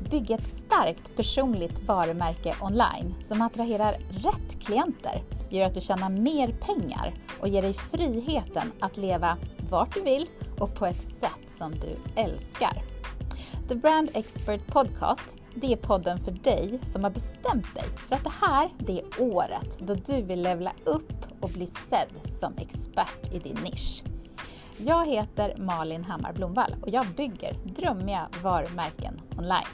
bygga ett starkt personligt varumärke online som attraherar rätt klienter, gör att du tjänar mer pengar och ger dig friheten att leva vart du vill och på ett sätt som du älskar. The Brand Expert Podcast, det är podden för dig som har bestämt dig för att det här, det är året då du vill levla upp och bli sedd som expert i din nisch. Jag heter Malin Hammar Blomvall och jag bygger drömmiga varumärken online.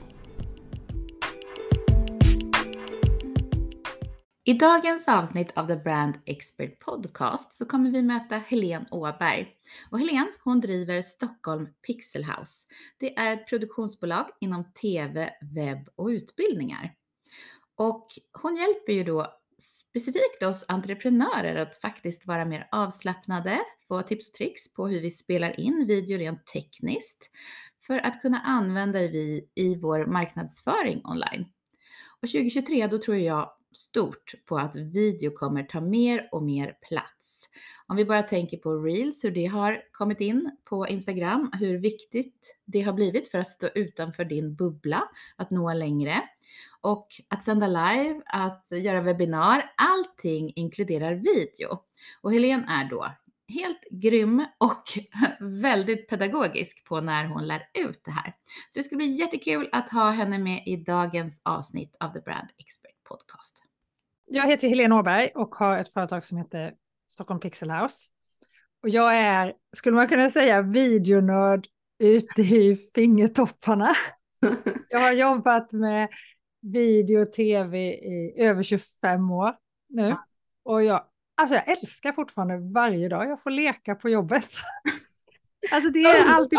I dagens avsnitt av The Brand Expert Podcast så kommer vi möta Helene Åberg. Och Helene, hon driver Stockholm Pixel House. Det är ett produktionsbolag inom tv, webb och utbildningar. Och hon hjälper ju då specifikt oss entreprenörer att faktiskt vara mer avslappnade, få tips och tricks på hur vi spelar in video rent tekniskt för att kunna använda i vår marknadsföring online. Och 2023 då tror jag stort på att video kommer ta mer och mer plats. Om vi bara tänker på Reels, hur det har kommit in på Instagram, hur viktigt det har blivit för att stå utanför din bubbla, att nå längre. Och att sända live, att göra webbinar, allting inkluderar video. Och Helene är då helt grym och väldigt pedagogisk på när hon lär ut det här. Så det ska bli jättekul att ha henne med i dagens avsnitt av The Brand Expert Podcast. Jag heter Helene Åberg och har ett företag som heter Stockholm Pixel House. Och jag är, skulle man kunna säga, videonörd ute i fingertopparna. Jag har jobbat med video och tv i över 25 år nu. Och jag älskar fortfarande varje dag jag får leka på jobbet. Alltså det är alltid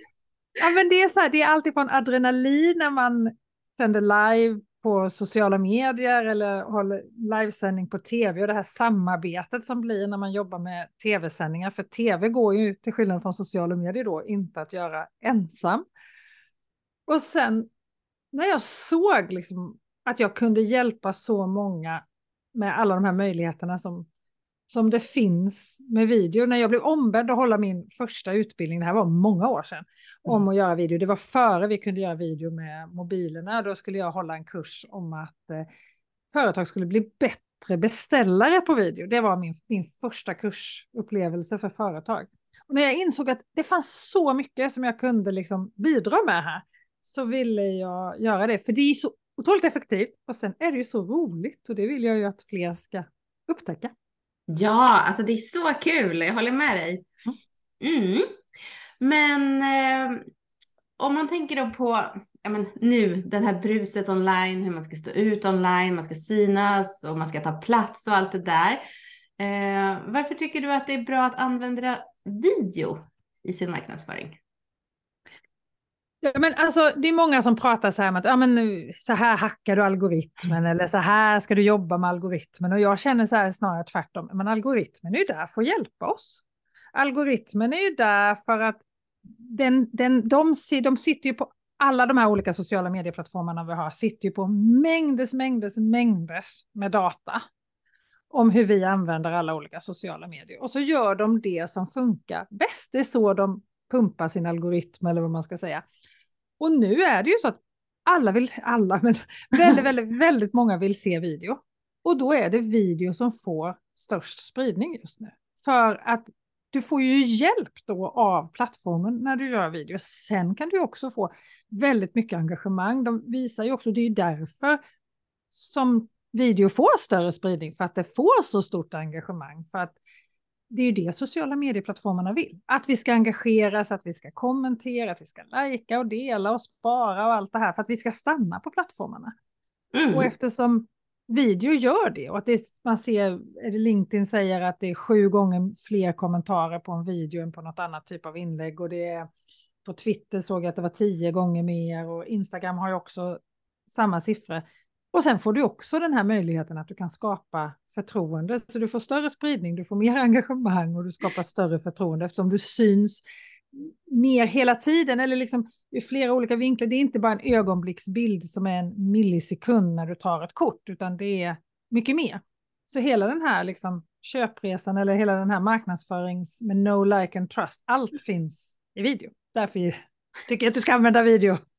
det är alltid från adrenalin när man sänder live på sociala medier eller håller livesändning på tv och det här samarbetet som blir när man jobbar med tv-sändningar. För tv går ju till skillnad från sociala medier då inte att göra ensam. Och sen när jag såg liksom att jag kunde hjälpa så många med alla de här möjligheterna som det finns med video. När jag blev ombedd att hålla min första utbildning, det här var många år sedan, om att göra video. Det var före vi kunde göra video med mobilerna. Då skulle jag hålla en kurs om att företag skulle bli bättre beställare på video. Det var min första kursupplevelse för företag. Och när jag insåg att det fanns så mycket som jag kunde liksom bidra med här, så ville jag göra det. För det är så otroligt effektivt och sen är det ju så roligt och det vill jag ju att fler ska upptäcka. Ja, alltså det är så kul. Jag håller med dig. Men om man tänker då på nu den här bruset online, hur man ska stå ut online, man ska synas och man ska ta plats och allt det där. Varför tycker du att det är bra att använda video i sin marknadsföring? Ja, men alltså, det är många som pratar så här om att så här hackar du algoritmen eller så här ska du jobba med algoritmen. Och jag känner så här snarare tvärtom. Men algoritmen är ju där för att hjälpa oss. Algoritmen är ju där för att de sitter ju på alla de här olika sociala medieplattformarna vi har. Sitter ju på mängder med data om hur vi använder alla olika sociala medier. Och så gör de det som funkar bäst. Det är så de pumpar sin algoritm eller vad man ska säga. Och nu är det ju så att väldigt många vill se video. Och då är det video som får störst spridning just nu. För att du får ju hjälp då av plattformen när du gör video. Sen kan du också få väldigt mycket engagemang. De visar ju också, det är ju därför som video får större spridning. För att det får så stort engagemang. För att det är ju det sociala medieplattformarna vill. Att vi ska engageras, att vi ska kommentera, att vi ska lajka och dela och spara och allt det här. För att vi ska stanna på plattformarna. Och eftersom video gör det och att man ser, LinkedIn säger att det är 7 gånger fler kommentarer på en video än på något annat typ av inlägg. Och det är, på Twitter såg jag att det var 10 gånger mer och Instagram har ju också samma siffror. Och sen får du också den här möjligheten att du kan skapa förtroende. Så du får större spridning, du får mer engagemang och du skapar större förtroende eftersom du syns mer hela tiden eller liksom i flera olika vinklar. Det är inte bara en ögonblicksbild som är en millisekund när du tar ett kort utan det är mycket mer. Så hela den här liksom köpresan eller hela den här marknadsförings med no like and trust, allt finns i video. Därför tycker jag att du ska använda video.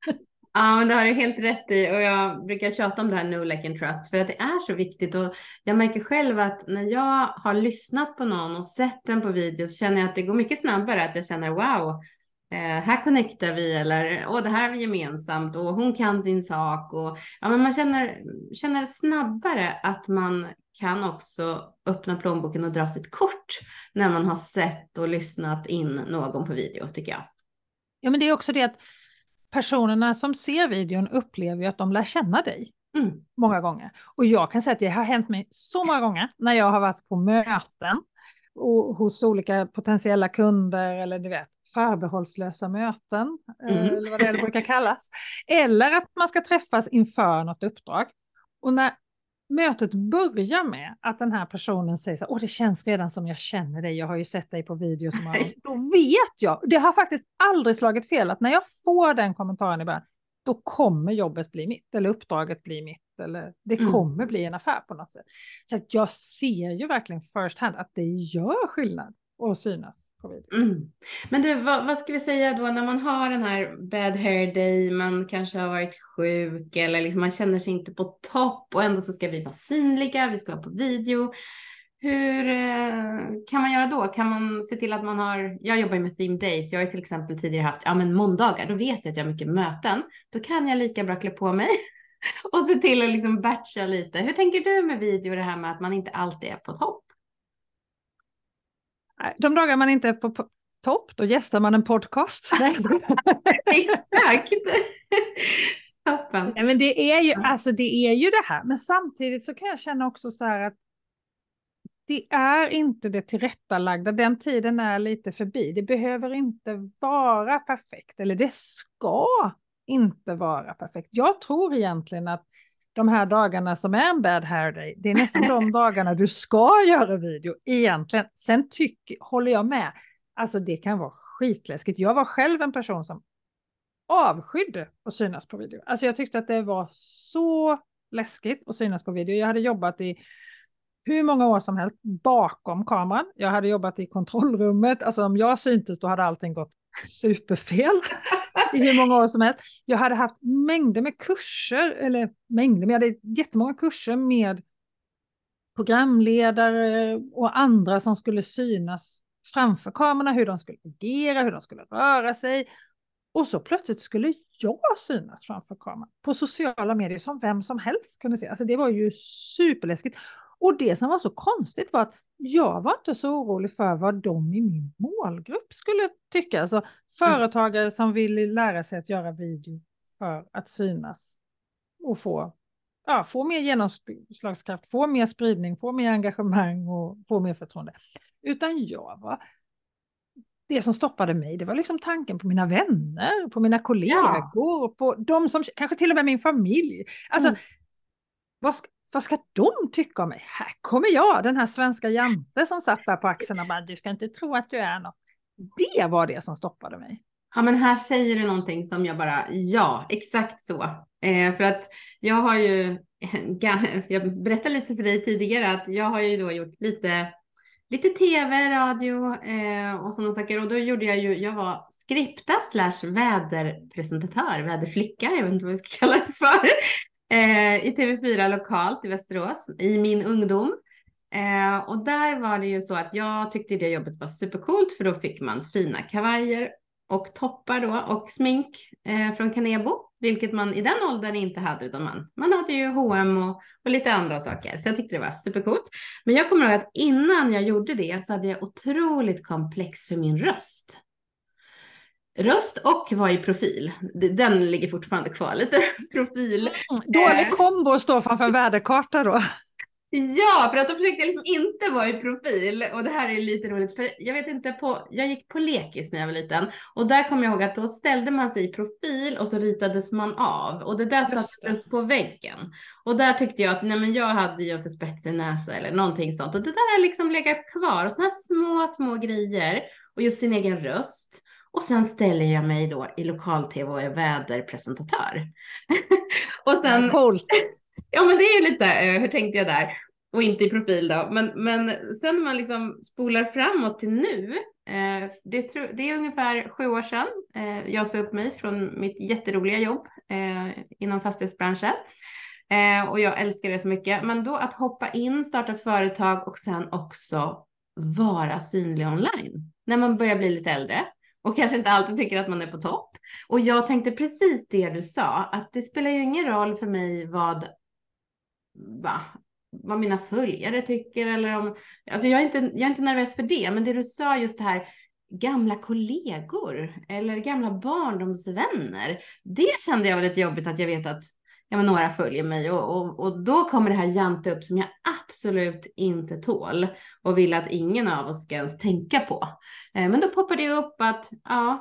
Ja, men det har du helt rätt i, och jag brukar tjata om det här know, like and trust, för att det är så viktigt, och jag märker själv att när jag har lyssnat på någon och sett den på video så känner jag att det går mycket snabbare, att jag känner wow, här connectar vi, eller åh, det här har vi gemensamt och hon kan sin sak, och ja, men man känner snabbare att man kan också öppna plånboken och dra sitt kort när man har sett och lyssnat in någon på video, tycker jag. Ja, men det är också det att personerna som ser videon upplever ju att de lär känna dig många gånger. Och jag kan säga att det har hänt mig så många gånger när jag har varit på möten och hos olika potentiella kunder, eller du vet, förbehållslösa möten, eller vad det brukar kallas. Eller att man ska träffas inför något uppdrag. Och när mötet börjar med att den här personen säger så här, åh, det känns redan som jag känner dig, jag har ju sett dig på video så många gånger. Då vet jag, det har faktiskt aldrig slagit fel, att när jag får den kommentaren i början, då kommer jobbet bli mitt, eller uppdraget bli mitt, eller det kommer bli en affär på något sätt. Så att jag ser ju verkligen first hand att det gör skillnad att synas på video. Men du, vad ska vi säga då när man har den här bad hair day, man kanske har varit sjuk, eller liksom man känner sig inte på topp, och ändå så ska vi vara synliga, vi ska vara på video. Hur kan man göra då? Kan man se till att man har, jag jobbar ju med theme days, jag har till exempel tidigare haft, måndagar, då vet jag att jag har mycket möten, då kan jag lika bra klä på mig och se till att liksom batcha lite. Hur tänker du med video, det här med att man inte alltid är på topp? De dagar man inte är på topp, då gästar man en podcast. Exakt. Toppen. Ja, men det är ju det här. Men samtidigt så kan jag känna också så här att det är inte det tillrättalagda. Den tiden är lite förbi. Det behöver inte vara perfekt. Eller det ska inte vara perfekt. Jag tror egentligen att de här dagarna som är en bad hair day, det är nästan de dagarna du ska göra video egentligen. Sen håller jag med. Alltså det kan vara skitläskigt. Jag var själv en person som avskydde att synas på video. Alltså jag tyckte att det var så läskigt att synas på video. Jag hade jobbat i hur många år som helst bakom kameran. Jag hade jobbat i kontrollrummet. Alltså om jag syntes, då hade allting gått superfel i hur många år som helst. Jag hade haft mängder med kurser, men jag hade jättemånga kurser med programledare och andra som skulle synas framför kamerorna, hur de skulle agera, hur de skulle röra sig. Och så plötsligt skulle jag synas framför kameran på sociala medier som vem som helst kunde se. Alltså det var ju superläskigt. Och det som var så konstigt var att jag var inte så orolig för vad de i min målgrupp skulle tycka. Alltså företagare som ville lära sig att göra video för att synas och få mer genomslagskraft, få mer spridning, få mer engagemang och få mer förtroende. Utan det som stoppade mig, det var liksom tanken på mina vänner, på mina kollegor, på de som, kanske till och med min familj. Alltså, vad ska de tycka om mig? Här kommer jag, den här svenska jante som satt där på axeln och bara, du ska inte tro att du är något. Det var det som stoppade mig. Ja, men här säger du någonting som jag bara, ja, exakt så. För att jag har ju, jag berättade lite för dig tidigare att jag har ju då gjort lite tv, radio och sådana saker. Och då gjorde jag var skripta / väderpresentatör, väderflicka, jag vet inte vad vi ska kalla det för. I TV4 lokalt i Västerås i min ungdom. Och där var det ju så att jag tyckte det jobbet var supercoolt, för då fick man fina kavajer och toppar då och smink från Kanebo, vilket man i den åldern inte hade, utan man hade ju H&M och lite andra saker. Så jag tyckte det var supercoolt. Men jag kommer ihåg att innan jag gjorde det så hade jag otroligt komplex för min röst. Röst och var i profil. Den ligger fortfarande kvar, lite profil. Dålig kombo att stå framför väderkarta då. Ja, för att då försökte jag liksom inte vara i profil. Och det här är lite roligt, för jag vet inte, jag gick på lekis när jag var liten. Och där kom jag ihåg att då ställde man sig i profil och så ritades man av. Och det där satt upp på väggen. Och där tyckte jag att jag hade ju för spetsig näsa eller någonting sånt. Och det där har liksom legat kvar. Och såna här små grejer. Och just sin egen röst. Och sen ställer jag mig då i lokal-tv och är väderpresentatör. Och sen... Coolt. Ja, men det är ju lite, hur tänkte jag där? Och inte i profil då. Men sen när man liksom spolar framåt till nu, Det är ungefär 7 år sedan jag sa upp mig från mitt jätteroliga jobb inom fastighetsbranschen. Och jag älskar det så mycket. Men då att hoppa in, starta företag och sen också vara synlig online. När man börjar bli lite äldre och kanske inte alltid tycker att man är på topp. Och jag tänkte precis det du sa, att det spelar ju ingen roll för mig vad mina följare tycker eller om, alltså jag är inte nervös för det, men det du sa just det här, gamla kollegor eller gamla barndomsvänner, det kände jag var lite jobbigt att jag vet att några följer mig och då kommer det här janta upp som jag absolut inte tål och vill att ingen av oss ska ens tänka på. Men då poppar det upp att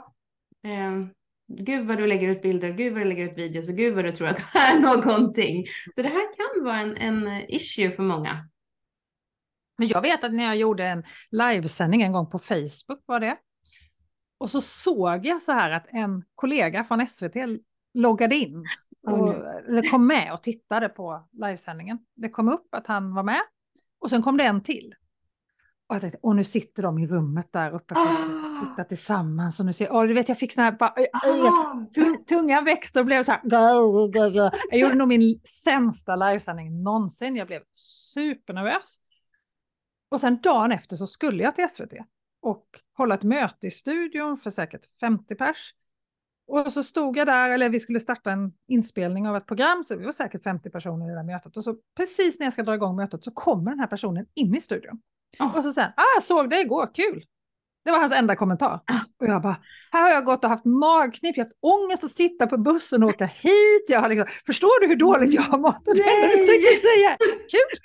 gud vad du lägger ut bilder, gud vad du lägger ut videos och gud vad du tror att det är någonting. Så det här kan vara en issue för många. Men jag vet att när jag gjorde en livesändning en gång på Facebook var det. Och så såg jag så här att en kollega från SVT loggade in. Eller kom med och tittade på livesändningen. Det kom upp att han var med. Och sen kom det en till. Och jag tänkte, nu sitter de i rummet där uppe på SVT. Tittar tillsammans. Och nu ser, du vet jag fick sån här tunga växter och blev så här. Jag gjorde nog min sämsta livesändning någonsin. Jag blev supernervös. Och sen dagen efter så skulle jag till SVT. Och hålla ett möte i studion för säkert 50 pers. Och så stod jag där, eller vi skulle starta en inspelning av ett program, så vi var säkert 50 personer i det där mötet. Och så precis när jag ska dra igång mötet så kommer den här personen in i studion. Och så säger han, jag såg det igår, kul. Det var hans enda kommentar. Och jag bara, här har jag gått och haft magknip, jag har haft ångest att sitta på bussen och åka hit. Jag har liksom, förstår du hur dåligt jag har mått? Och det enda du tycker säga, kul.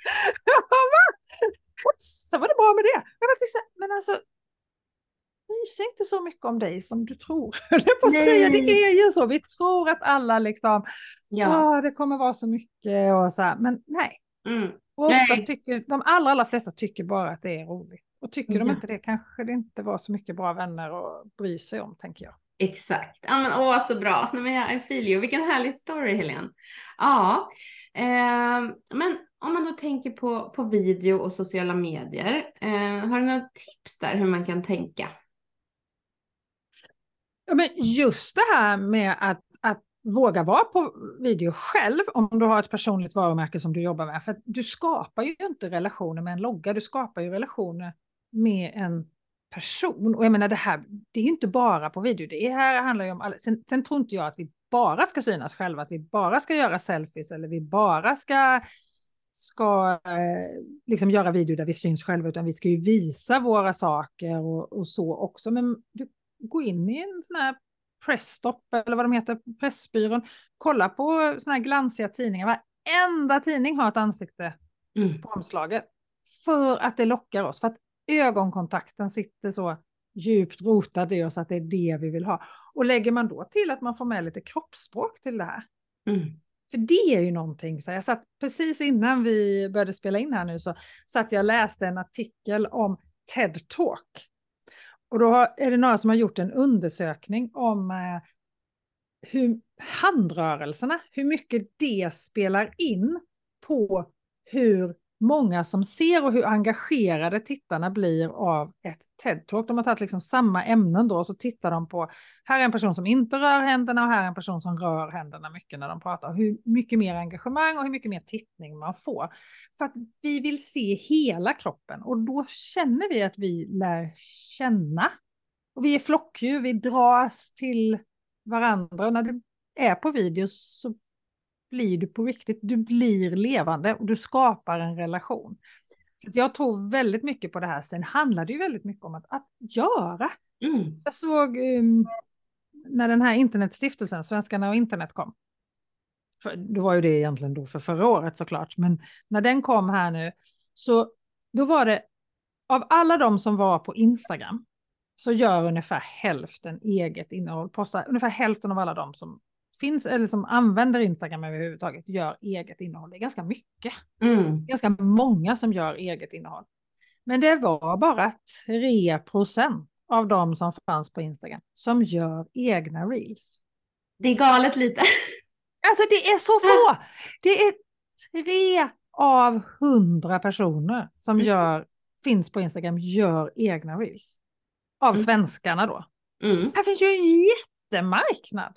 Så var det bra med det. Jag var liksom, men alltså, bryr sig inte så mycket om dig som du tror. Det är ju så. Vi tror att alla liksom, det kommer vara så mycket och så här. Men nej. Och oftast tycker, de allra flesta tycker bara att det är roligt. Och tycker de inte det, kanske det inte var så mycket bra vänner att bry sig om, tänker jag. Exakt. Ja, men så bra. I feel you. Vilken härlig story, Helene. Ja. Men om man då tänker på video och sociala medier, har du några tips där hur man kan tänka? Ja, men just det här med att våga vara på video själv om du har ett personligt varumärke som du jobbar med. För du skapar ju inte relationer med en logga, du skapar ju relationer med en person. Och jag menar det är ju inte bara på video, det här handlar ju om sen tror inte jag att vi bara ska synas själva, att vi bara ska göra selfies eller vi bara ska liksom göra video där vi syns själva, utan vi ska ju visa våra saker och så också. Men du går in i en sån här Pressstop eller vad de heter, Pressbyrån, kolla på såna här glansiga tidningar. Varenda tidning har ett ansikte på omslaget för att det lockar oss, för att ögonkontakten sitter så djupt rotad i oss att det är det vi vill ha. Och lägger man då till att man får med lite kroppsspråk till det här. För det är ju någonting, så jag satt precis innan vi började spela in här nu, så satt jag och läste en artikel om TED Talk. Och då är det några som har gjort en undersökning om hur handrörelserna, hur mycket det spelar in på hur många som ser och hur engagerade tittarna blir av ett TED-talk. De har tagit liksom samma ämnen då och så tittar de på, här är en person som inte rör händerna och här är en person som rör händerna mycket när de pratar. Hur mycket mer engagemang och hur mycket mer tittning man får. För att vi vill se hela kroppen och då känner vi att vi lär känna. Och vi är flockdjur, vi dras till varandra och när det är på video så blir du på riktigt, du blir levande och du skapar en relation. Så jag tror väldigt mycket på det här. Sen handlar det ju väldigt mycket om att göra. Jag såg när den här internetstiftelsen, Svenskarna och internet kom. Då var ju det egentligen då för förra året såklart. Men när den kom här nu, så då var det, av alla de som var på Instagram, så gör ungefär hälften eget innehåll. Postar, ungefär hälften av alla de som finns eller som använder Instagram överhuvudtaget gör eget innehåll. Det är ganska mycket. Ganska många som gör eget innehåll. Men det var bara 3% av de som fanns på Instagram som gör egna reels. Det är galet lite. Alltså det är så få. Det är 3 av 100 personer som finns på Instagram gör egna reels. av svenskarna då. Här finns ju en jättemarknad.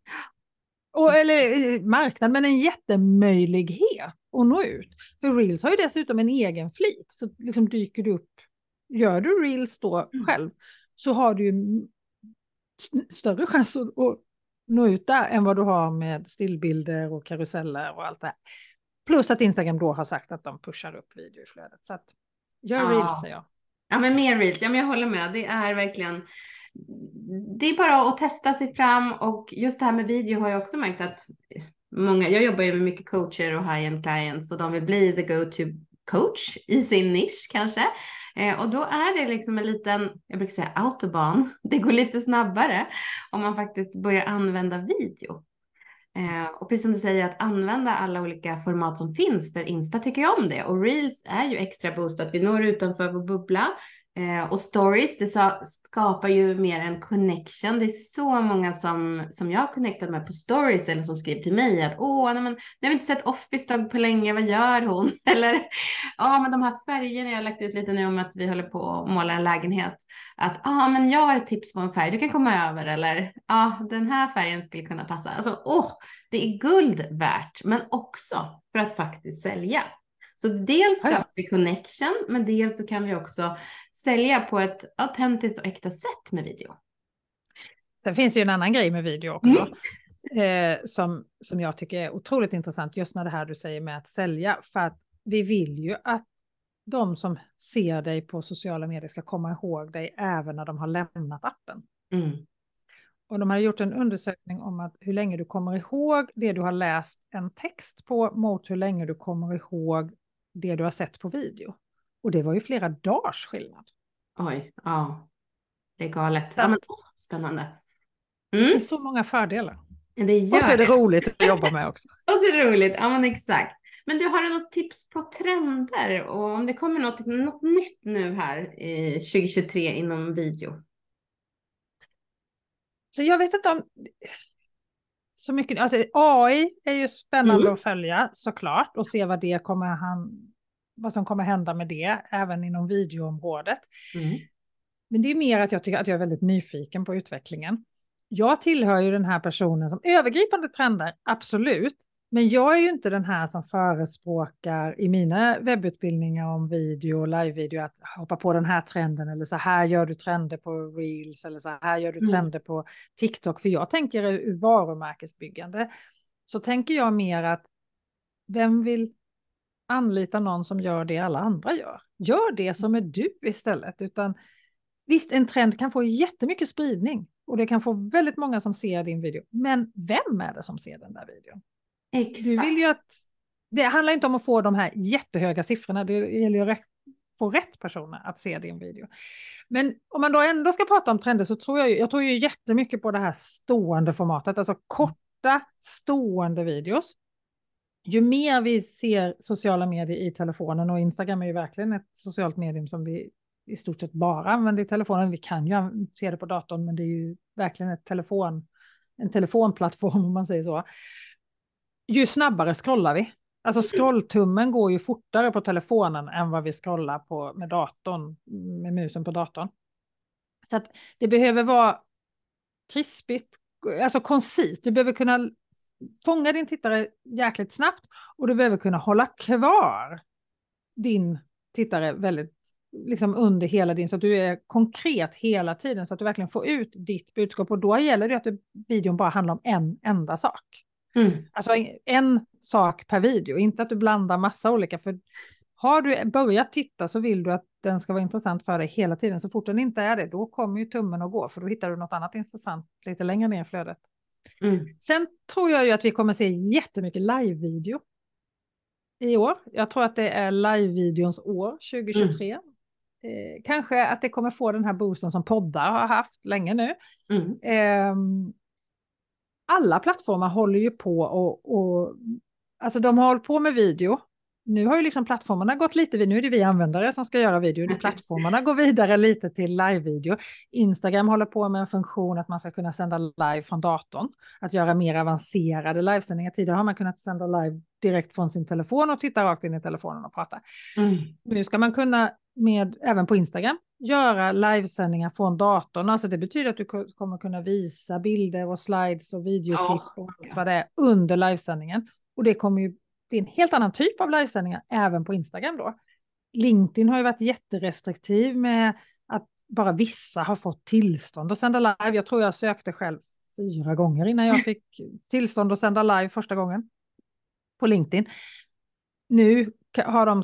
Eller marknad, men en jättemöjlighet att nå ut. För Reels har ju dessutom en egen flik. Så liksom dyker du upp, gör du Reels då själv, så har du ju större chans att nå ut där än vad du har med stillbilder och karuseller och allt det här. Plus att Instagram då har sagt att de pushar upp videoflödet. Så att gör Reels, säger jag. Ja, men mer Reels. Ja, men jag håller med. Det är verkligen, det är bara att testa sig fram, och just det här med video har jag också märkt att många, jag jobbar ju med mycket coacher och high-end clients, och de vill bli the go-to coach i sin nisch kanske. Och då är det liksom en liten, jag brukar säga autobahn. Det går lite snabbare om man faktiskt börjar använda video. Och precis som du säger, att använda alla olika format som finns, för Insta tycker jag om det. Och Reels är ju extra boost, att vi når utanför vår bubbla. Och stories, det skapar ju mer en connection. Det är så många som jag har connectat med på stories, eller som skriver till mig att nej, men jag har inte sett Office Dog på länge, vad gör hon? Eller men de här färgerna, jag har lagt ut lite nu om att vi håller på att måla en lägenhet. Att men jag har ett tips på en färg, du kan komma över, eller den här färgen skulle kunna passa. Alltså det är guld värt, men också för att faktiskt sälja. Så dels skapar vi connection, men dels så kan vi också sälja på ett autentiskt och äkta sätt med video. Sen finns det ju en annan grej med video också. Som jag tycker är otroligt intressant, just när det här du säger med att sälja. För att vi vill ju att de som ser dig på sociala medier ska komma ihåg dig även när de har lämnat appen. Och de har gjort en undersökning om att hur länge du kommer ihåg det du har läst en text på mot hur länge du kommer ihåg det du har sett på video. Och det var ju flera dagars skillnad. Oj, det är galet. Men, spännande. Det finns så många fördelar. Och så är det roligt att jobba med också. Och så är det roligt, men exakt. Men du, har du något tips på trender? Och om det kommer något nytt nu här i 2023 inom video? Så jag vet inte om så mycket, alltså AI är ju spännande att följa såklart, och se vad som kommer hända med det även inom videoområdet. Men det är mer att jag tycker att jag är väldigt nyfiken på utvecklingen. Jag tillhör ju den här personen som övergripande trender, absolut. Men jag är ju inte den här som förespråkar i mina webbutbildningar om video och live-video att hoppa på den här trenden, eller så här gör du trender på Reels, eller så här gör du trender på TikTok. För jag tänker ur varumärkesbyggande, så tänker jag mer att vem vill anlita någon som gör det alla andra gör? Gör det som är du istället. Utan visst, en trend kan få jättemycket spridning och det kan få väldigt många som ser din video. Men vem är det som ser den där videon? Exakt. Du vill ju att, det handlar inte om att få de här jättehöga siffrorna, det gäller ju att få rätt personer att se din video. Men om man då ändå ska prata om trender, så tror jag tror ju jättemycket på det här stående formatet, alltså korta stående videos. Ju mer vi ser sociala medier i telefonen, och Instagram är ju verkligen ett socialt medium som vi i stort sett bara använder i telefonen. Vi kan ju se det på datorn, men det är ju verkligen en telefonplattform om man säger så. Ju snabbare scrollar vi. Alltså scrolltummen går ju fortare på telefonen än vad vi scrollar på med datorn, med musen på datorn. Så att det behöver vara krispigt, alltså koncist. Du behöver kunna fånga din tittare jäkligt snabbt, och du behöver kunna hålla kvar din tittare väldigt liksom under hela din, så att du är konkret hela tiden, så att du verkligen får ut ditt budskap. Och då gäller det att videon bara handlar om en enda sak. Alltså en sak per video, inte att du blandar massa olika. För har du börjat titta så vill du att den ska vara intressant för dig hela tiden. Så fort den inte är det, då kommer ju tummen att gå, för då hittar du något annat intressant lite längre ner i flödet. Sen tror jag ju att vi kommer se jättemycket live-video i år. Jag tror att det är live-videons år 2023. Kanske att det kommer få den här boosten som poddar har haft länge nu. Alla plattformar håller ju på och alltså de har hållit på med video. Nu har ju liksom plattformarna gått lite, nu är det vi användare som ska göra video. Plattformarna går vidare lite till live-video. Instagram håller på med en funktion att man ska kunna sända live från datorn. Att göra mer avancerade livesändningar. Tidigare har man kunnat sända live direkt från sin telefon och titta rakt in i telefonen och prata. Nu ska man kunna även på Instagram, göra livesändningar från datorn. Alltså det betyder att du kommer kunna visa bilder och slides och videoklipp och allt vad det är under livesändningen. Och det kommer ju bli en helt annan typ av livesändningar även på Instagram då. LinkedIn har ju varit jätterestriktiv med att bara vissa har fått tillstånd att sända live. Jag tror jag sökte själv 4 gånger innan jag fick tillstånd att sända live första gången på LinkedIn. Nu har de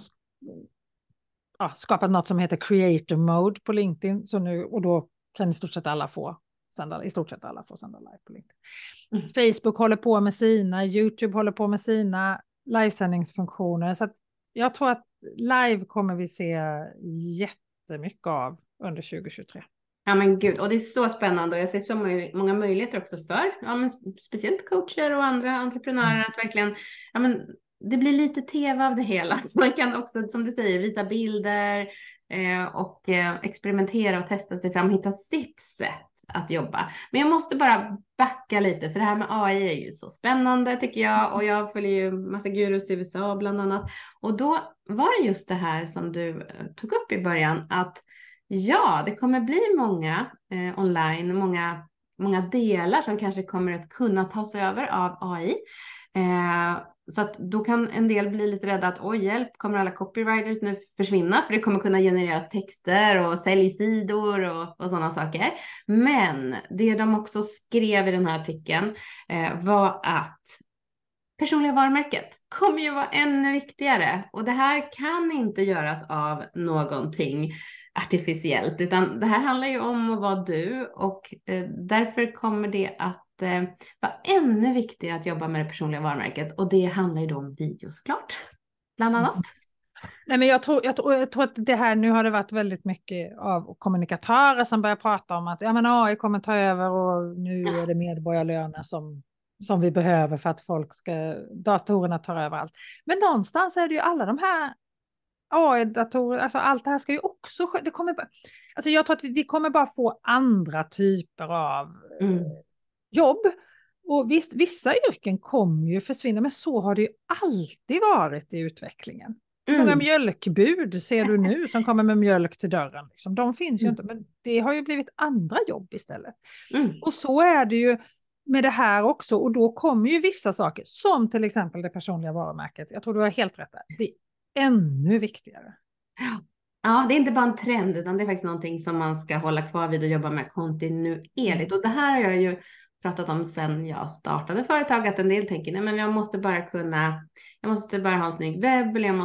skapat något som heter creator mode på LinkedIn. Så nu, och då kan i stort sett alla få sända live på LinkedIn. Facebook håller på med sina, YouTube håller på med sina livesändningsfunktioner. Så att jag tror att live kommer vi se jättemycket av under 2023. Ja men gud, och det är så spännande och jag ser så många möjligheter också för speciellt coacher och andra entreprenörer att verkligen, det blir lite tv av det hela. Man kan också, som du säger, visa bilder och experimentera och testa sig fram, hitta sitt sätt att jobba. Men jag måste bara backa lite, för det här med AI är ju så spännande tycker jag, och jag följer ju massa gurus i USA bland annat. Och då var det just det här som du tog upp i början, att ja, det kommer bli många online, många delar som kanske kommer att kunna tas över av AI. Så att då kan en del bli lite rädda att hjälp, kommer alla copywriters nu försvinna, för det kommer kunna genereras texter och säljsidor och sådana saker. Men det de också skrev i den här artikeln var att personliga varumärket kommer ju vara ännu viktigare, och det här kan inte göras av någonting artificiellt, utan det här handlar ju om att vara du, och därför kommer det att vara ännu viktigare att jobba med det personliga varumärket, och det handlar ju då om video såklart, bland annat. Nej, men jag tror att det här, nu har det varit väldigt mycket av kommunikatörer som börjar prata om att AI kommer ta över och nu är det medborgarlöner som vi behöver för att datorerna tar över allt. Men någonstans är det ju alla de här AI-datorer, alltså allt det här ska ju också, jag tror att vi kommer bara få andra typer av jobb. Och visst, vissa yrken kommer ju försvinna, men så har det ju alltid varit i utvecklingen. Många mjölkbud ser du nu som kommer med mjölk till dörren. Liksom. De finns ju inte, men det har ju blivit andra jobb istället. Och så är det ju med det här också, och då kommer ju vissa saker, som till exempel det personliga varumärket. Jag tror du har helt rätt där. Det är ännu viktigare. Ja, det är inte bara en trend, utan det är faktiskt någonting som man ska hålla kvar vid och jobba med kontinuerligt. Och det här har jag ju pratat om sedan jag startade företag, att en del tänker, nej men jag måste bara ha en snygg webb, eller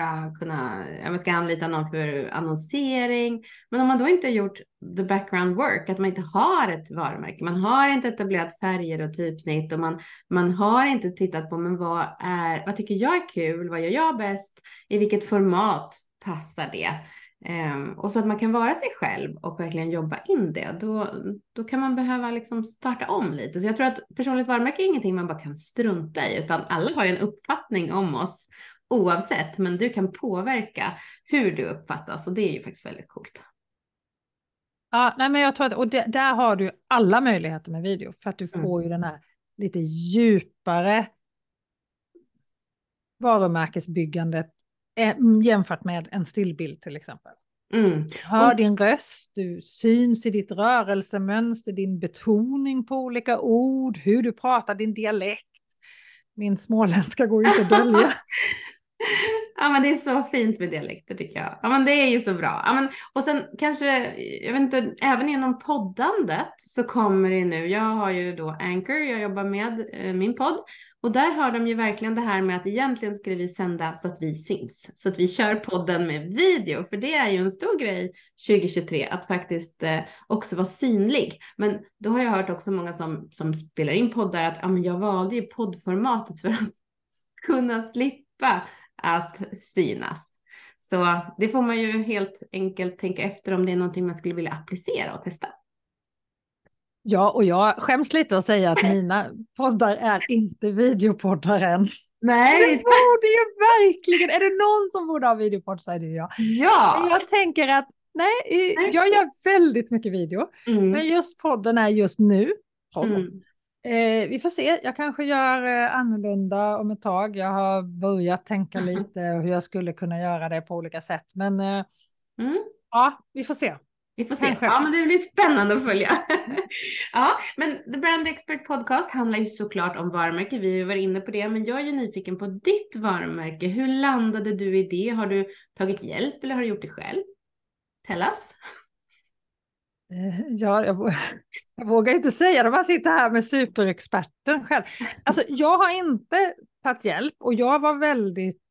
jag ska anlita någon för annonsering. Men om man då inte har gjort the background work, att man inte har ett varumärke, man har inte etablerat färger och typsnitt, och man har inte tittat på, men vad tycker jag är kul, vad gör jag bäst, i vilket format passar det? Och så att man kan vara sig själv och verkligen jobba in det, då kan man behöva liksom starta om lite. Så jag tror att personligt varumärke är ingenting man bara kan strunta i, utan alla har ju en uppfattning om oss oavsett, men du kan påverka hur du uppfattas, och det är ju faktiskt väldigt coolt. Ja, nej, men jag tror att, och där har du alla möjligheter med video, för att du får ju den här lite djupare varumärkesbyggandet jämfört med en stillbild till exempel. Hör din röst, du syns i ditt rörelsemönster, din betoning på olika ord, hur du pratar, din dialekt. Min småländska går ju inte att dölja. Ja, men det är så fint med dialekter tycker jag. Ja, men det är ju så bra. Ja, men, och sen kanske, jag vet inte, även inom poddandet så kommer det nu. Jag har ju då Anchor, jag jobbar med min podd. Och där har de ju verkligen det här med att egentligen skulle vi sända så att vi syns. Så att vi kör podden med video. För det är ju en stor grej 2023 att faktiskt också vara synlig. Men då har jag hört också många som spelar in poddar att men jag valde ju poddformatet för att kunna slippa att synas. Så det får man ju helt enkelt tänka efter om det är någonting man skulle vilja applicera och testa. Ja, och jag skäms lite att säga att mina poddar är inte videopoddar än. Nej. Det borde ju verkligen, är det någon som borde ha videopodd så är det jag. Ja. Men jag tänker att jag gör väldigt mycket video. Men just podden är just nu podd. Vi får se, jag kanske gör annorlunda om ett tag. Jag har börjat tänka lite hur jag skulle kunna göra det på olika sätt. Men Mm. Ja, vi får se. Vi får se. Kanske. Ja, men det blir spännande att följa. Ja, men The Brand Expert Podcast handlar ju såklart om varumärke. Vi var inne på det, men jag är ju nyfiken på ditt varumärke. Hur landade du i det? Har du tagit hjälp eller har du gjort det själv? Tell us. Ja, jag vågar inte säga det, man sitter här med superexperten själv. Alltså, jag har inte tagit hjälp och jag var väldigt,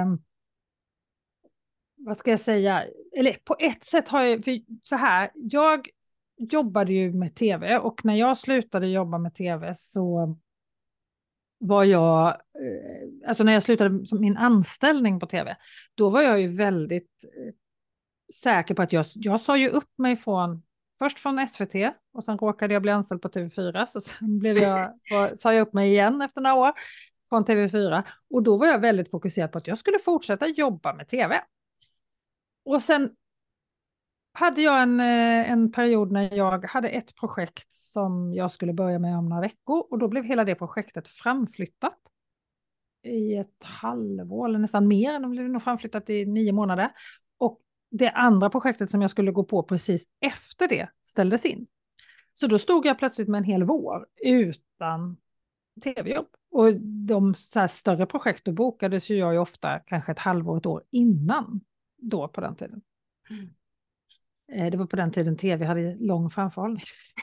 vad ska jag säga, eller på ett sätt har jag, för så här, jag jobbade ju med tv och när jag slutade jobba med tv så var jag, alltså när jag slutade min anställning på tv, då var jag ju väldigt säker på att jag sa ju upp mig först från SVT och sen råkade jag bli anställd på TV4, så sen sa jag upp mig igen efter några år från TV4 och då var jag väldigt fokuserad på att jag skulle fortsätta jobba med tv. Och sen hade jag en period när jag hade ett projekt som jag skulle börja med om några veckor och då blev hela det projektet framflyttat i ett halvår eller nästan mer, de blev nog framflyttat i 9 månader. Och det andra projektet som jag skulle gå på precis efter det ställdes in. Så då stod jag plötsligt med en hel vår utan tv-jobb. Och de så här större projekten bokades ju jag ju ofta kanske ett halvår, ett år innan då på den tiden. Det var på den tiden tv hade lång framförhållning.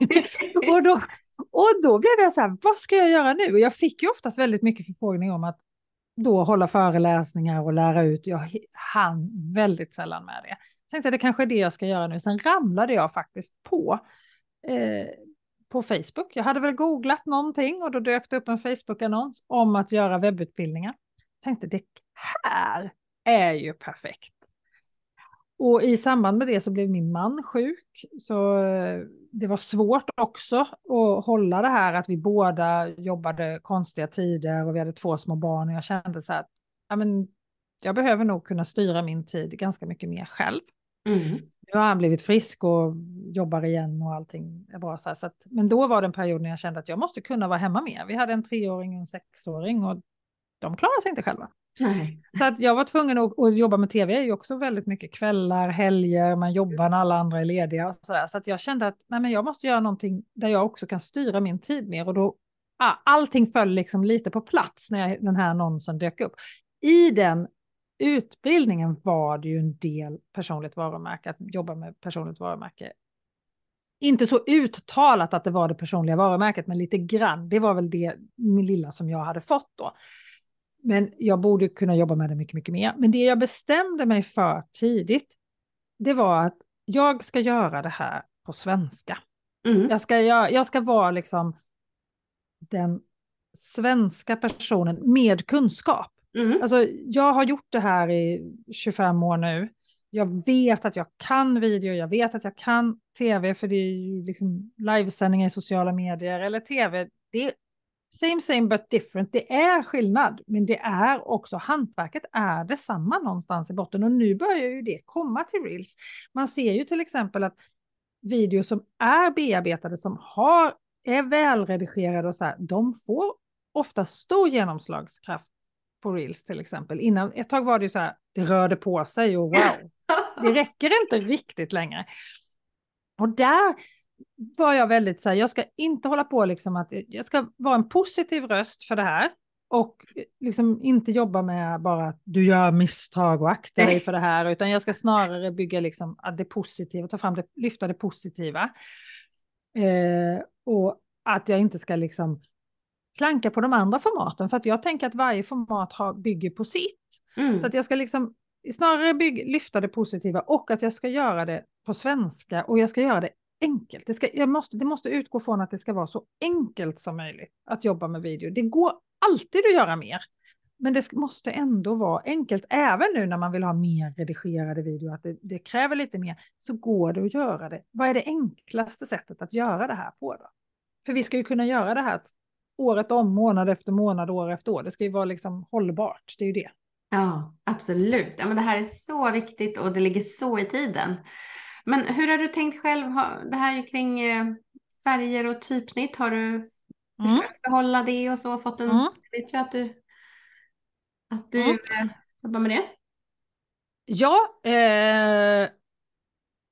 och då blev jag så här, vad ska jag göra nu? Och jag fick ju oftast väldigt mycket förfrågning om att då hålla föreläsningar och lära ut. Jag hann väldigt sällan med det. Jag tänkte att det kanske är det jag ska göra nu. Sen ramlade jag faktiskt på Facebook. Jag hade väl googlat någonting och då dök det upp en Facebook-annons om att göra webbutbildningar. Jag tänkte det här är ju perfekt. Och i samband med det så blev min man sjuk. Så det var svårt också att hålla det här att vi båda jobbade konstiga tider och vi hade 2 små barn. Och jag kände så här att jag behöver nog kunna styra min tid ganska mycket mer själv. Mm. Nu har han blivit frisk och jobbar igen och allting är bra. Så att, men då var det en period när jag kände att jag måste kunna vara hemma mer. Vi hade en 3-åring och en 6-åring och de klarar sig inte själva. Nej. Så att jag var tvungen att jobba med tv, är ju också väldigt mycket kvällar, helger, man jobbar när alla andra är lediga och sådär. Så att jag kände att jag måste göra någonting där jag också kan styra min tid mer och då allting föll liksom lite på plats när den här annonsen dök upp. I den utbildningen var det ju en del personligt varumärke, att jobba med personligt varumärke. Inte så uttalat att det var det personliga varumärket, men lite grann. Det var väl det min lilla som jag hade fått då. Men jag borde kunna jobba med det mycket, mycket mer. Men det jag bestämde mig för tidigt, det var att jag ska göra det här på svenska. Mm. Jag ska vara liksom den svenska personen med kunskap. Mm. Alltså, jag har gjort det här i 25 år nu. Jag vet att jag kan video, jag vet att jag kan tv, för det är ju liksom livesändningar i sociala medier eller tv. Det är same but different. Det är skillnad, men det är också hantverket är detsamma någonstans i botten. Och nu börjar ju det komma till Reels. Man ser ju till exempel att videos som är bearbetade, som är välredigerade och så här, de får ofta stor genomslagskraft på Reels till exempel. Ett tag var det ju så här, det rörde på sig och wow, det räcker inte riktigt längre. Och där var jag väldigt så här, jag ska inte hålla på liksom att jag ska vara en positiv röst för det här och liksom inte jobba med bara att du gör misstag och akta dig för det här, utan jag ska snarare bygga liksom att det positiva, lyfta det positiva. Och att jag inte ska liksom klanka på de andra formaten, för att jag tänker att varje format bygger på sitt. Så att jag ska liksom snarare lyfta det positiva och att jag ska göra det på svenska och jag ska göra det enkelt. Det måste utgå från att det ska vara så enkelt som möjligt att jobba med video. Det går alltid att göra mer, men det måste ändå vara enkelt. Även nu när man vill ha mer redigerade video, att det kräver lite mer, så går det att göra det. Vad är det enklaste sättet att göra det här på då? För vi ska ju kunna göra det här året om, månad efter månad, år efter år. Det ska ju vara liksom hållbart, det är ju det. Ja, absolut. Ja, men det här är så viktigt och det ligger så i tiden. Men hur har du tänkt själv, det här kring färger och typsnitt, har du försökt behålla det och så, fått vet jag att du jobbar med det? Ja,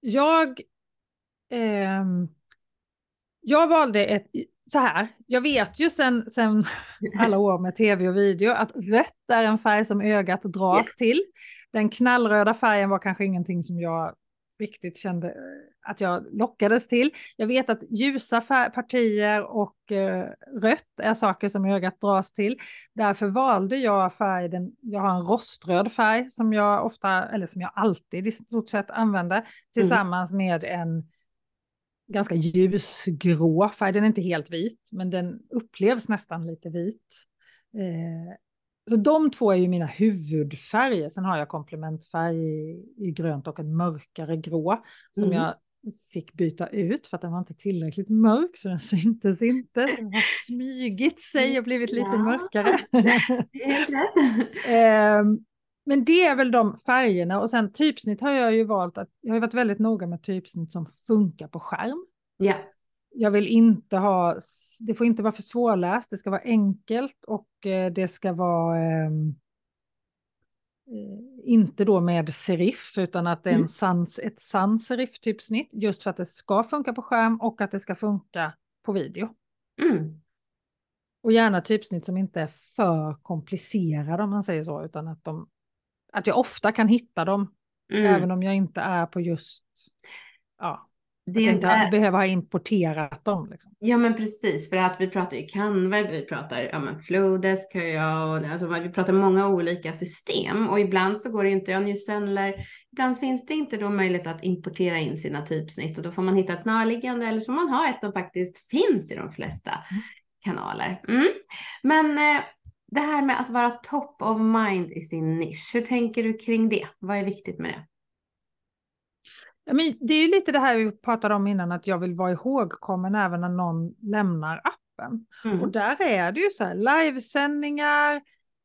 Jag valde så här, jag vet ju sen alla år med tv och video att rött är en färg som ögat dras till. Den knallröda färgen var kanske ingenting som jag riktigt kände att jag lockades till. Jag vet att ljusa partier och rött är saker som ögat dras till. Därför valde jag färgen, jag har en roströd färg som jag ofta, eller som jag alltid i stort sett använder, tillsammans med en ganska ljusgrå färg. Den är inte helt vit, men den upplevs nästan lite vit. Så de två är ju mina huvudfärger. Sen har jag komplementfärg i grönt och en mörkare grå som jag fick byta ut för att den var inte tillräckligt mörk så den syntes inte. Så den har smygit sig och blivit lite mörkare. Helt rätt. Men det är väl de färgerna, och sen typsnitt har jag ju valt att, jag har varit väldigt noga med typsnitt som funkar på skärm. Ja. Jag vill inte ha, det får inte vara för svårläst, det ska vara enkelt och det ska vara inte då med serif utan att det är ett sans serif typsnitt just för att det ska funka på skärm och att det ska funka på video. Och gärna typsnitt som inte är för komplicerade om man säger så, utan att jag ofta kan hitta dem även om jag inte är på just, att jag inte behöver ha importerat dem. Liksom. Ja men precis, för att vi pratar ju Canva, vi pratar Flowdesk alltså, vi pratar många olika system och ibland så går det inte, New Zenler, ibland finns det inte då möjlighet att importera in sina typsnitt och då får man hitta ett snarliggande eller så får man ha ett som faktiskt finns i de flesta kanaler. Men det här med att vara top of mind i sin nisch, hur tänker du kring det? Vad är viktigt med det? Ja, men det är ju lite det här vi pratade om innan, att jag vill vara ihågkommen även när någon lämnar appen. Och där är det ju så här, livesändningar,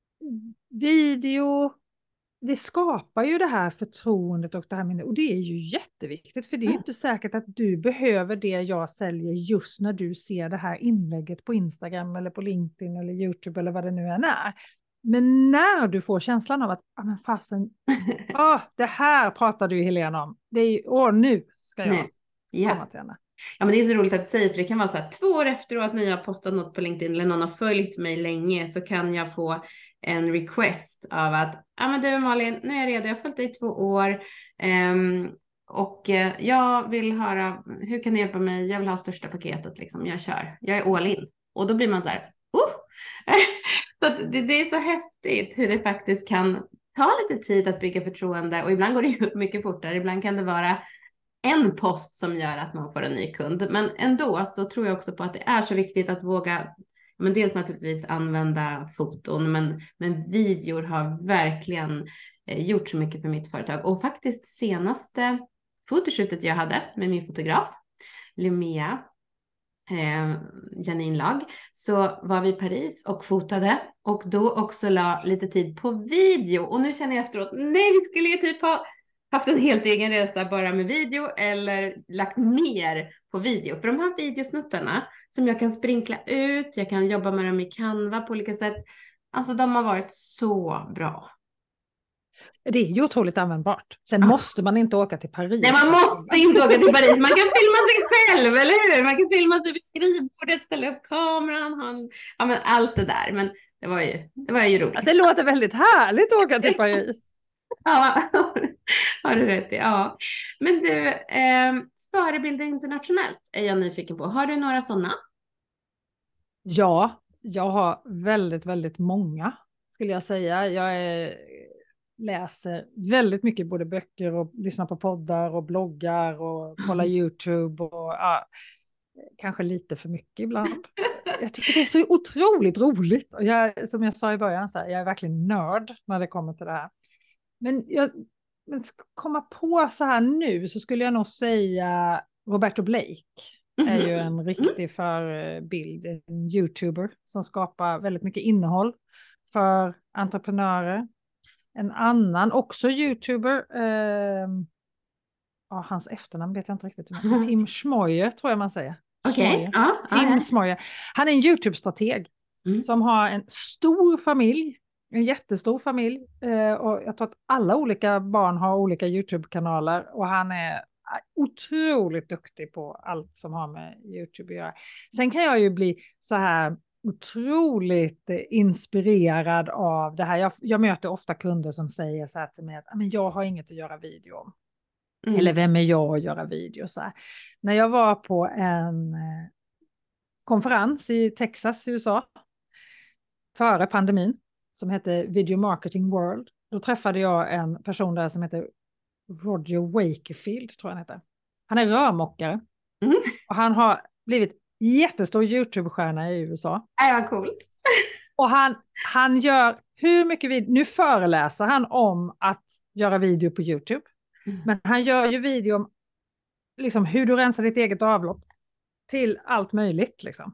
video, det skapar ju det här förtroendet och det här minnet. Och det är ju jätteviktigt, för det är ju inte säkert att du behöver det jag säljer just när du ser det här inlägget på Instagram eller på LinkedIn eller YouTube eller vad det nu än är. Men när du får känslan av att, men fasen, det här pratade ju Helena om. Det är ju, nu ska jag komma till henne. Ja, men det är så roligt att säga, för det kan vara så här 2 år efteråt när jag har postat något på LinkedIn eller någon har följt mig länge så kan jag få en request av att, men du Malin, nu är jag redo, jag har följt dig i 2 år och jag vill höra, hur kan du hjälpa mig? Jag vill ha största paketet liksom, jag är all in. Och då blir man så här, Så det är så häftigt hur det faktiskt kan ta lite tid att bygga förtroende och ibland går det ju mycket fortare. Ibland kan det vara en post som gör att man får en ny kund. Men ändå så tror jag också på att det är så viktigt att våga, men dels naturligtvis använda foton, men videor har verkligen gjort så mycket för mitt företag. Och faktiskt senaste fotoshootet jag hade med min fotograf, Lumia, Janine Lag, så var vi i Paris och fotade och då också la lite tid på video och nu känner jag efteråt, nej vi skulle ju typ ha haft en helt egen resa bara med video eller lagt mer på video, för de här videosnuttarna som jag kan sprinkla ut, jag kan jobba med dem i Canva på olika sätt, alltså de har varit så bra. Det är ju otroligt användbart. Sen måste man inte åka till Paris. Nej, man måste inte åka till Paris. Man kan filma sig själv, eller hur? Man kan filma sig vid skrivbordet, ställa upp kameran, men allt det där. Men det var ju roligt. Alltså, det låter väldigt härligt att åka till Paris. Ja, har du rätt i. Ja. Men du, förebilder internationellt är jag nyfiken på. Har du några sådana? Ja, jag har väldigt, väldigt många skulle jag säga. Läser väldigt mycket både böcker och lyssnar på poddar och bloggar och kollar YouTube och kanske lite för mycket ibland. Jag tycker det är så otroligt roligt. Och som jag sa i början, jag är verkligen nörd när det kommer till det här. Men komma på så här nu så skulle jag nog säga Roberto Blake är ju en riktig förebild, en YouTuber som skapar väldigt mycket innehåll för entreprenörer. En annan, också YouTuber, hans efternamn vet jag inte riktigt. Tim Schmoyer tror jag man säger. Okej. Tim Schmoyer. Han är en YouTube-strateg som har en stor familj, en jättestor familj. Och jag tror att alla olika barn har olika YouTube-kanaler. Och han är otroligt duktig på allt som har med YouTube att göra. Sen kan jag ju bli så här otroligt inspirerad av det här. Jag möter ofta kunder som säger så här till mig att men jag har inget att göra video om. Eller vem är jag att göra video? Så här. När jag var på en konferens i Texas i USA före pandemin som hette Video Marketing World. Då träffade jag en person där som heter Roger Wakefield, tror jag han heter. Han är rörmokare. Och han har blivit jättestor YouTube-stjärna i USA. Vad coolt. Och han gör hur mycket video. Nu föreläser han om att göra video på YouTube. Men han gör ju video om liksom, hur du rensar ditt eget avlopp till allt möjligt. Liksom.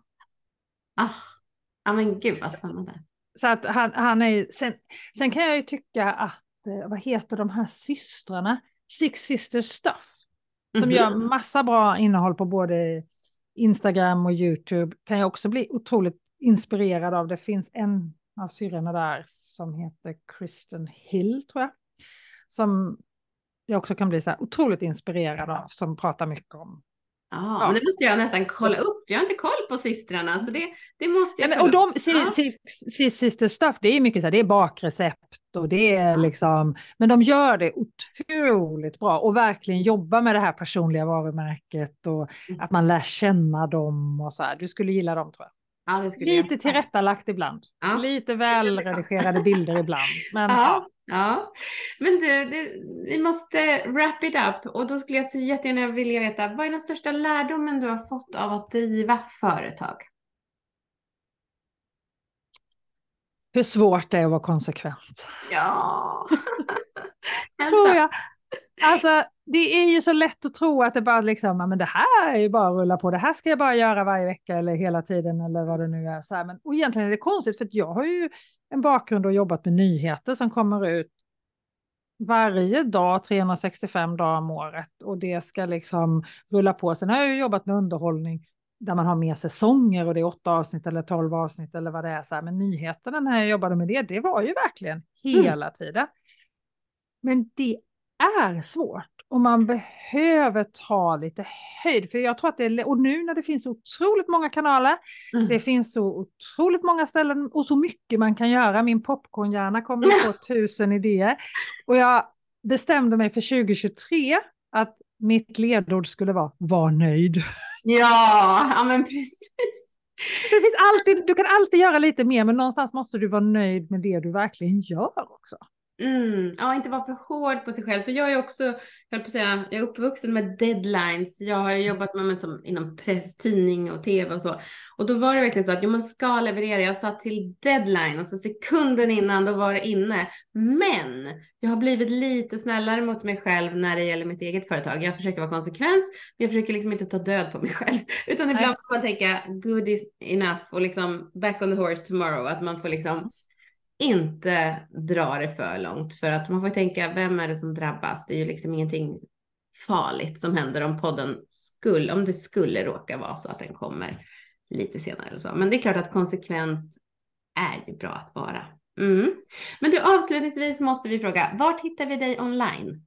Ja men gud vad spännande. Så att han är... Sen kan jag ju tycka att, vad heter de här systrarna? Six Sisters Stuff. Som gör massa bra innehåll på både Instagram och YouTube. Kan jag också bli otroligt inspirerad av. Det finns en av syrrorna där som heter Kristen Hill, tror jag. Som jag också kan bli så här otroligt inspirerad av. Som pratar mycket om. Ja, men det måste jag nästan kolla upp. Jag har inte koll på systrarna. Så det måste jag kolla upp. Och Sister Stuff, det är mycket så här, det är bakrecept. Och det är liksom, men de gör det otroligt bra. Och verkligen jobba med det här personliga varumärket. Och att man lär känna dem och så här. Du skulle gilla dem, tror jag. Ja, det skulle lite tillrättalagt ibland. Ja. Lite välredigerade bilder ibland. Men, ja. Men vi måste wrap it up. Och då skulle jag så jättegärna vilja veta, vad är den största lärdomen du har fått av att driva företag? Hur svårt det är att vara konsekvent. Ja. Tror jag. Alltså, det är ju så lätt att tro att det bara liksom, men det här är ju bara att rulla på. Det här ska jag bara göra varje vecka eller hela tiden eller vad det nu är. Så här. Men, och egentligen är det konstigt för att jag har ju en bakgrund och jobbat med nyheter som kommer ut varje dag, 365 dagar om året. Och det ska liksom rulla på. Sen har jag ju jobbat med underhållning där man har mer säsonger och det är 8 avsnitt eller 12 avsnitt eller vad det är. Så här. Men nyheterna när jag jobbade med det var ju verkligen hela tiden. Men det är svårt och man behöver ta lite höjd. För jag tror att det är, och nu när det finns otroligt många kanaler, det finns så otroligt många ställen och så mycket man kan göra. Min popcornhjärna kommer på 1000 idéer. Och jag bestämde mig för 2023 att mitt ledord skulle vara var nöjd. Ja, men precis. Det finns alltid, du kan alltid göra lite mer, men någonstans måste du vara nöjd med det du verkligen gör också. Ja, inte vara för hård på sig själv. För jag är också, jag är uppvuxen med deadlines. Jag har jobbat med mig inom press, tidning och tv och så. Och då var det verkligen så att man ska leverera. Jag satt till deadline, alltså sekunden innan, då var det inne. Men jag har blivit lite snällare mot mig själv när det gäller mitt eget företag. Jag försöker vara konsekvent, men jag försöker liksom inte ta död på mig själv. Utan ibland får man tänka, good is enough och liksom back on the horse tomorrow. Att man får liksom inte dra det för långt, för att man får tänka, vem är det som drabbas? Det är ju liksom ingenting farligt som händer om det skulle råka vara så att den kommer lite senare eller så. Men det är klart att konsekvent är ju bra att vara. Men du, avslutningsvis måste vi fråga, vart hittar vi dig online?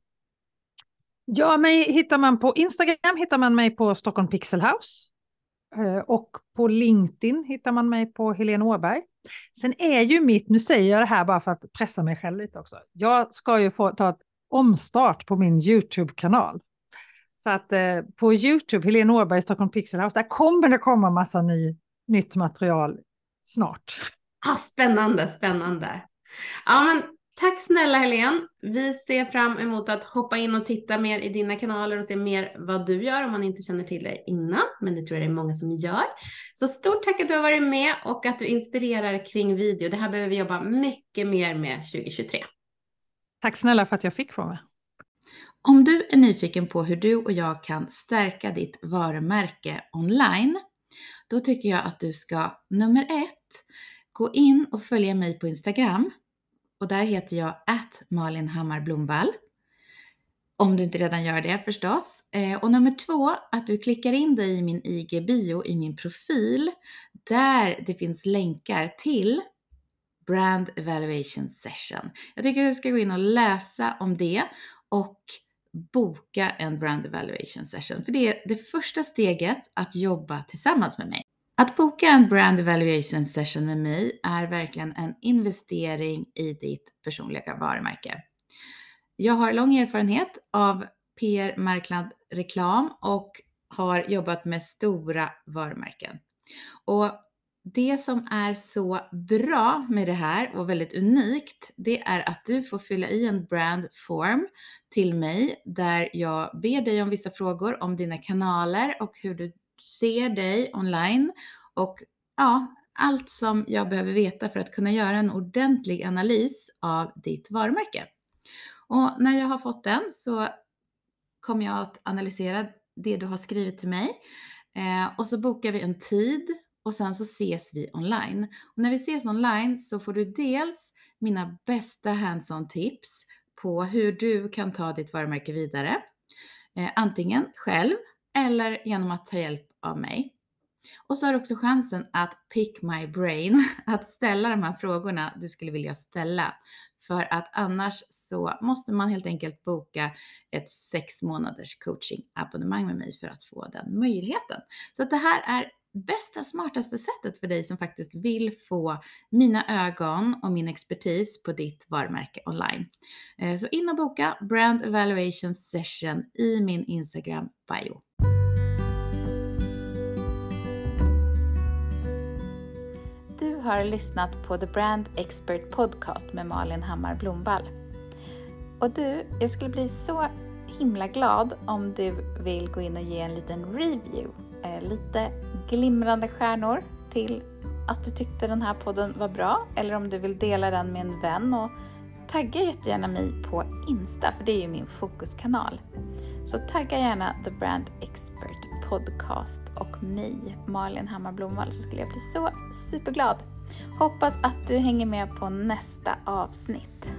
Ja, mig hittar man på Instagram, hittar man mig på Stockholm Pixel House. Och på LinkedIn hittar man mig på Helene Åberg. Sen är ju nu säger jag det här bara för att pressa mig själv lite också. Jag ska ju få ta ett omstart på min YouTube-kanal. Så att på YouTube, Helene Åberg, Stockholm Pixel House, där kommer det komma massa nytt material snart. Spännande. Ja, men tack snälla Helene. Vi ser fram emot att hoppa in och titta mer i dina kanaler och se mer vad du gör om man inte känner till dig innan. Men det tror jag det är många som gör. Så stort tack att du har varit med och att du inspirerar kring video. Det här behöver vi jobba mycket mer med 2023. Tack snälla för att jag fick vara med. Om du är nyfiken på hur du och jag kan stärka ditt varumärke online, då tycker jag att du ska, nummer 1, gå in och följa mig på Instagram. Och där heter jag @MalinHammarBlomvall. Om du inte redan gör det förstås. Och nummer 2, att du klickar in dig i min IG-bio i min profil. Där det finns länkar till Brand Evaluation Session. Jag tycker du ska gå in och läsa om det. Och boka en brand evaluation session. För det är det första steget att jobba tillsammans med mig. Att boka en brand evaluation session med mig är verkligen en investering i ditt personliga varumärke. Jag har lång erfarenhet av PR, marknad, reklam och har jobbat med stora varumärken. Och det som är så bra med det här och väldigt unikt, det är att du får fylla i en brand form till mig där jag ber dig om vissa frågor om dina kanaler och hur du ser dig online och allt som jag behöver veta för att kunna göra en ordentlig analys av ditt varumärke. Och när jag har fått den så kommer jag att analysera det du har skrivit till mig och så bokar vi en tid och sen så ses vi online. Och när vi ses online så får du dels mina bästa hands-on tips på hur du kan ta ditt varumärke vidare. Antingen själv eller genom att ta hjälp av mig. Och så har du också chansen att pick my brain, att ställa de här frågorna du skulle vilja ställa. För att annars så måste man helt enkelt boka ett 6 månaders coachingabonnemang med mig för att få den möjligheten. Så att det här är bästa, smartaste sättet för dig som faktiskt vill få mina ögon och min expertis på ditt varumärke online. Så in och boka Brand Evaluation Session i min Instagram bio. Du har lyssnat på The Brand Expert Podcast med Malin Hammar Blomvall. Och du, jag skulle bli så himla glad om du vill gå in och ge en liten review. Lite glimrande stjärnor till att du tyckte den här podden var bra. Eller om du vill dela den med en vän och tagga jättegärna mig på Insta, för det är ju min fokuskanal. Så tagga gärna The Brand Expert Podcast och mig, Malin Hammar Blomvall, så skulle jag bli så superglad. Hoppas att du hänger med på nästa avsnitt.